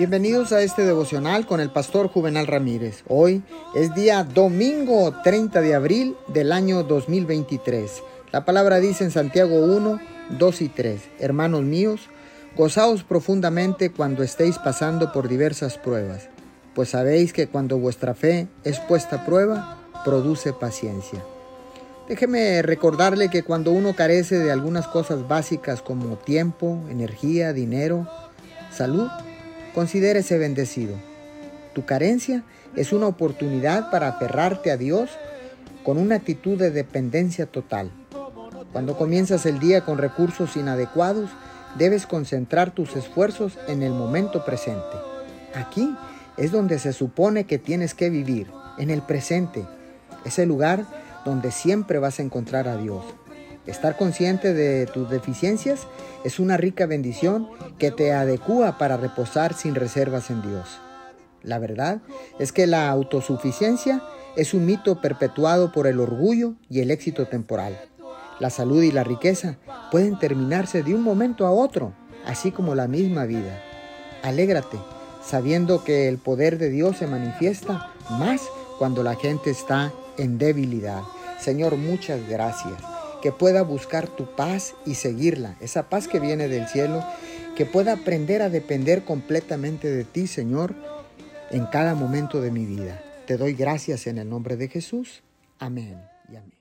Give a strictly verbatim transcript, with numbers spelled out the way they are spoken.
Bienvenidos a este devocional con el pastor Juvenal Ramírez. Hoy es día domingo treinta de abril del año dos mil veintitrés. La palabra dice en Santiago uno, dos y tres: Hermanos míos, gozaos profundamente cuando estéis pasando por diversas pruebas, pues sabéis que cuando vuestra fe es puesta a prueba, produce paciencia. Déjeme recordarle que cuando uno carece de algunas cosas básicas como tiempo, energía, dinero, salud, considérese bendecido. Tu carencia es una oportunidad para aferrarte a Dios con una actitud de dependencia total. Cuando comienzas el día con recursos inadecuados, debes concentrar tus esfuerzos en el momento presente. Aquí es donde se supone que tienes que vivir, en el presente. Es el lugar donde siempre vas a encontrar a Dios. Estar consciente de tus deficiencias es una rica bendición que te adecúa para reposar sin reservas en Dios. La verdad es que la autosuficiencia es un mito perpetuado por el orgullo y el éxito temporal. La salud y la riqueza pueden terminarse de un momento a otro, así como la misma vida. Alégrate, sabiendo que el poder de Dios se manifiesta más cuando la gente está en debilidad. Señor, muchas gracias. Que pueda buscar tu paz y seguirla, esa paz que viene del cielo, que pueda aprender a depender completamente de ti, Señor, en cada momento de mi vida. Te doy gracias en el nombre de Jesús. Amén y amén.